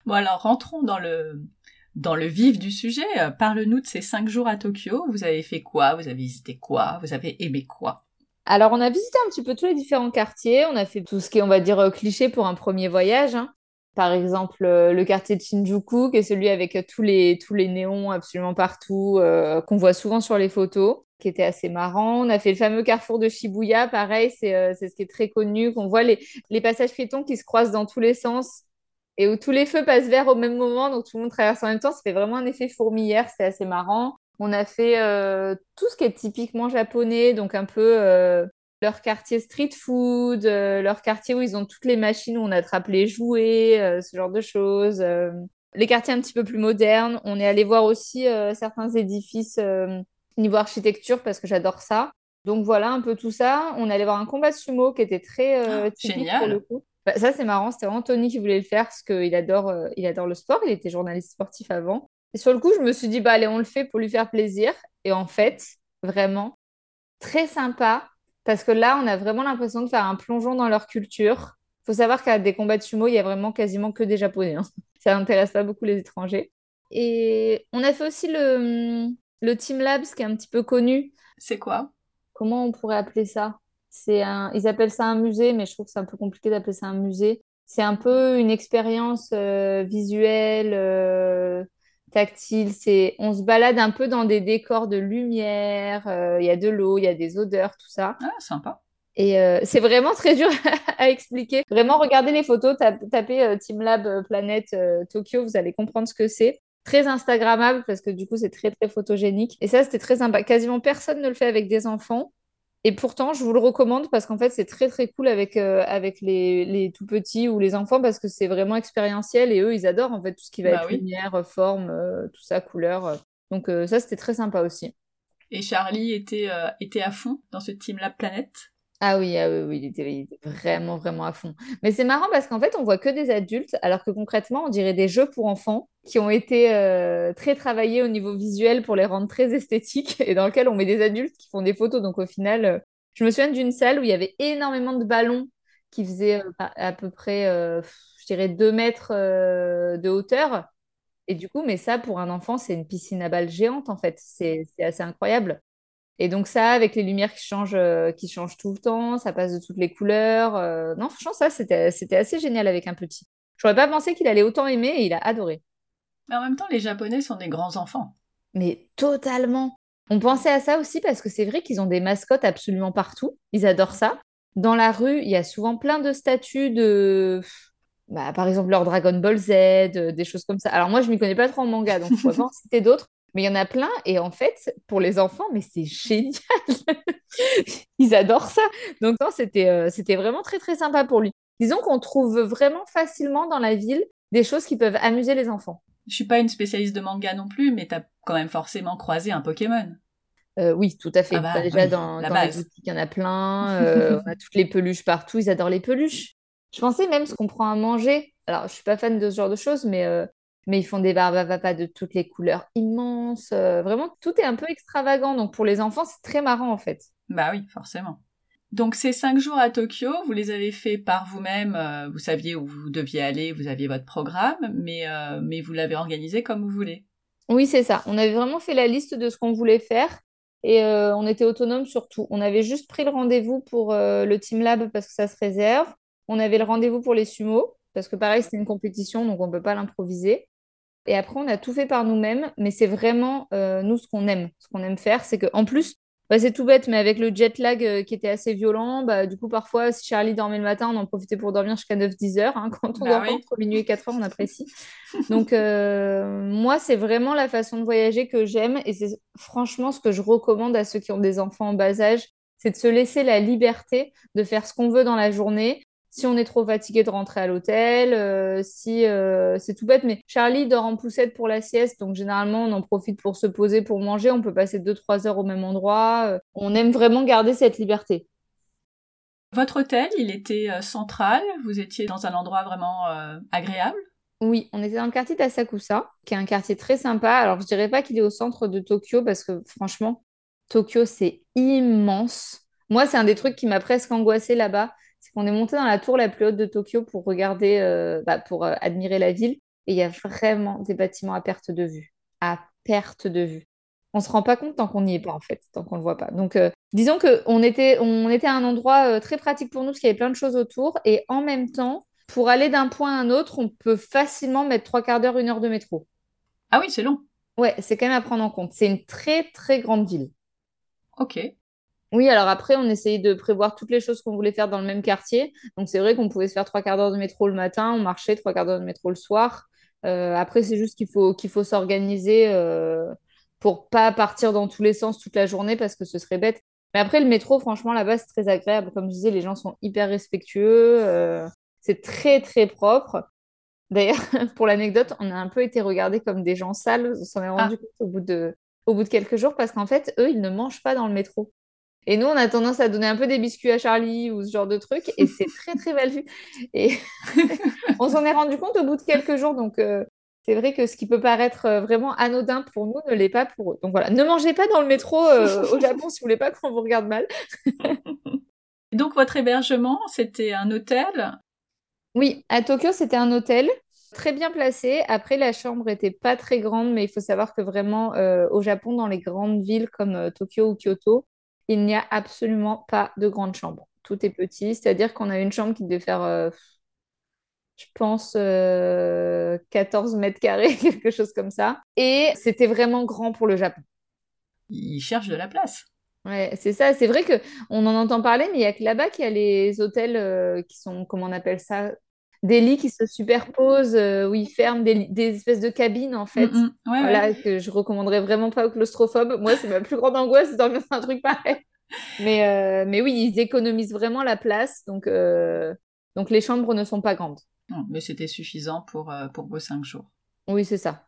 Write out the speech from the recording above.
Bon alors rentrons dans le vif du sujet. Parle-nous de ces 5 jours à Tokyo. Vous avez fait quoi? Vous avez visité quoi? Vous avez aimé quoi? Alors, on a visité un petit peu tous les différents quartiers. On a fait tout ce qui est, on va dire, cliché pour un premier voyage, hein. Par exemple, le quartier de Shinjuku, qui est celui avec tous les néons absolument partout, qu'on voit souvent sur les photos, qui était assez marrant. On a fait le fameux carrefour de Shibuya, pareil, c'est ce qui est très connu, qu'on voit les passages piétons qui se croisent dans tous les sens et où tous les feux passent vert au même moment, donc tout le monde traverse en même temps. Ça fait vraiment un effet fourmilière, c'est assez marrant. On a fait tout ce qui est typiquement japonais, donc un peu leur quartier street food, leur quartier où ils ont toutes les machines où on attrape les jouets, ce genre de choses. Les quartiers un petit peu plus modernes. On est allé voir aussi certains édifices niveau architecture parce que j'adore ça. Donc voilà un peu tout ça. On est allé voir un combat de sumo qui était très typique pour le Génial. coup. Bah, ça, c'est marrant. C'était vraiment Tony qui voulait le faire parce qu'il adore le sport. Il était journaliste sportif avant. Et sur le coup, je me suis dit, bah allez, on le fait pour lui faire plaisir. Et en fait, vraiment, très sympa, parce que là, on a vraiment l'impression de faire un plongeon dans leur culture. Il faut savoir qu'à des combats de sumo, il y a vraiment quasiment que des Japonais, hein. Ça n'intéresse pas beaucoup les étrangers. Et on a fait aussi le Team Labs, qui est un petit peu connu. C'est quoi? Comment on pourrait appeler ça? Ils appellent ça un musée, mais je trouve que c'est un peu compliqué d'appeler ça un musée. C'est un peu une expérience visuelle, tactile. On se balade un peu dans des décors de lumière. Il y a de l'eau, il y a des odeurs, tout ça. Ah, sympa. Et c'est vraiment très dur à expliquer. Vraiment, regardez les photos, tapez Team Lab Planète Tokyo, vous allez comprendre ce que c'est. Très Instagrammable parce que du coup, c'est très, très photogénique. Et ça, c'était très sympa. Quasiment personne ne le fait avec des enfants. Et pourtant, je vous le recommande parce qu'en fait, c'est très, très cool avec les tout petits ou les enfants parce que c'est vraiment expérientiel et eux, ils adorent en fait tout ce qui va Bah être oui. lumière, forme, tout ça, couleur. Donc, ça, c'était très sympa aussi. Et Charlie était à fond dans ce Team Lab Planète. Ah oui, oui, il était vraiment, vraiment à fond. Mais c'est marrant parce qu'en fait, on voit que des adultes, alors que concrètement, on dirait des jeux pour enfants qui ont été très travaillés au niveau visuel pour les rendre très esthétiques et dans lequel on met des adultes qui font des photos. Donc au final, je me souviens d'une salle où il y avait énormément de ballons qui faisaient à peu près, je dirais, 2 mètres de hauteur. Et du coup, mais ça, pour un enfant, c'est une piscine à balles géante, en fait. C'est assez incroyable. Et donc ça, avec les lumières qui changent tout le temps, ça passe de toutes les couleurs. Non, franchement, ça, c'était assez génial avec un petit. J'aurais pas pensé qu'il allait autant aimer et il a adoré. Mais en même temps, les Japonais sont des grands enfants. Mais totalement. On pensait à ça aussi parce que c'est vrai qu'ils ont des mascottes absolument partout. Ils adorent ça. Dans la rue, il y a souvent plein de statues bah, par exemple, leur Dragon Ball Z, des choses comme ça. Alors moi, je m'y connais pas trop en manga, donc je pourrais pas en citer d'autres. Mais il y en a plein. Et en fait, pour les enfants, mais c'est génial. Ils adorent ça. Donc non, c'était vraiment très, très sympa pour lui. Disons qu'on trouve vraiment facilement dans la ville des choses qui peuvent amuser les enfants. Je suis pas une spécialiste de manga non plus, mais t'as quand même forcément croisé un Pokémon. Oui, tout à Ah fait. Bah, bah déjà, oui, dans, la dans les base. boutiques, il y en a plein. On a toutes les peluches partout. Ils adorent les peluches. Je pensais même ce qu'on prend à manger. Alors, je suis pas fan de ce genre de choses, mais ils font des barbes à papa de toutes les couleurs immenses. Vraiment, tout est un peu extravagant. Donc, pour les enfants, c'est très marrant, en fait. Bah oui, forcément. Donc ces 5 jours à Tokyo, vous les avez fait par vous-même, vous saviez où vous deviez aller, vous aviez votre programme, mais vous l'avez organisé comme vous voulez. Oui, c'est ça. On avait vraiment fait la liste de ce qu'on voulait faire et on était autonome sur tout. On avait juste pris le rendez-vous pour le Team Lab parce que ça se réserve. On avait le rendez-vous pour les sumos parce que pareil, c'était une compétition, donc on ne peut pas l'improviser. Et après, on a tout fait par nous-mêmes, mais c'est vraiment nous ce qu'on aime. Ce qu'on aime faire, c'est que en plus, bah, c'est tout bête, mais avec le jet lag qui était assez violent, bah, du coup, parfois, si Charlie dormait le matin, on en profitait pour dormir jusqu'à 9 10 heures, hein. Quand on Bah dort pas oui. entre minuit et 4 heures, on apprécie. Donc, moi, c'est vraiment la façon de voyager que j'aime et c'est franchement ce que je recommande à ceux qui ont des enfants en bas âge, c'est de se laisser la liberté de faire ce qu'on veut dans la journée. Si on est trop fatigué, de rentrer à l'hôtel. Si c'est tout bête, mais Charlie dort en poussette pour la sieste, donc généralement on en profite pour se poser, pour manger. On peut passer 2 3 heures au même endroit. On aime vraiment garder cette liberté. Votre hôtel, il était central, vous étiez dans un endroit vraiment agréable. Oui, on était dans le quartier d'Asakusa, qui est un quartier très sympa. Alors, je dirais pas qu'il est au centre de Tokyo parce que franchement, Tokyo, c'est immense. Moi, c'est un des trucs qui m'a presque angoissée là-bas. C'est qu'on est monté dans la tour la plus haute de Tokyo pour regarder, pour admirer la ville. et il y a vraiment des bâtiments à perte de vue. À perte de vue. On se rend pas compte tant qu'on n'y est pas, en fait, tant qu'on le voit pas. Donc, disons qu'on était à un endroit très pratique pour nous, parce qu'il y avait plein de choses autour, et en même temps, pour aller d'un point à un autre, on peut facilement mettre 3/4 d'heure, 1 heure de métro. Ah oui, c'est long. Ouais, c'est quand même à prendre en compte. C'est une très, très grande ville. Ok. Oui, alors après, on essayait de prévoir toutes les choses qu'on voulait faire dans le même quartier. Donc, c'est vrai qu'on pouvait se faire 3/4 d'heure de métro le matin, on marchait 3/4 d'heure de métro le soir. Après, c'est juste qu'il faut s'organiser pour pas partir dans tous les sens toute la journée parce que ce serait bête. Mais après, le métro, franchement, là-bas, c'est très agréable. Comme je disais, les gens sont hyper respectueux. C'est très, très propre. D'ailleurs, pour l'anecdote, on a un peu été regardés comme des gens sales. On s'en est rendu Ah, compte au bout de quelques jours parce qu'en fait, eux, ils ne mangent pas dans le métro. Et nous, on a tendance à donner un peu des biscuits à Charlie ou ce genre de truc, et c'est très, très mal vu. Et on s'en est rendu compte au bout de quelques jours. Donc, c'est vrai que ce qui peut paraître vraiment anodin pour nous ne l'est pas pour eux. Donc voilà, ne mangez pas dans le métro au Japon si vous voulez pas qu'on vous regarde mal. donc votre hébergement, c'était un hôtel? Oui, à Tokyo, c'était un hôtel très bien placé. Après, la chambre était pas très grande, mais il faut savoir que vraiment, au Japon, dans les grandes villes comme Tokyo ou Kyoto, il n'y a absolument pas de grande chambre. Tout est petit, c'est-à-dire qu'on a une chambre qui devait faire, je pense, 14 mètres carrés, quelque chose comme ça. Et c'était vraiment grand pour le Japon. Ils cherchent de la place. Ouais, c'est ça. C'est vrai que on en entend parler, mais il y a que là-bas qu'il y a les hôtels qui sont, comment on appelle ça, des lits qui se superposent, où ils ferment des espèces de cabines en fait. Ouais, ouais. Voilà, que je recommanderais vraiment pas aux claustrophobes. Moi, c'est ma plus grande angoisse de dormir dans un truc pareil. Mais oui, ils économisent vraiment la place, donc les chambres ne sont pas grandes. Non, mais c'était suffisant pour vos 5 jours. Oui, c'est ça.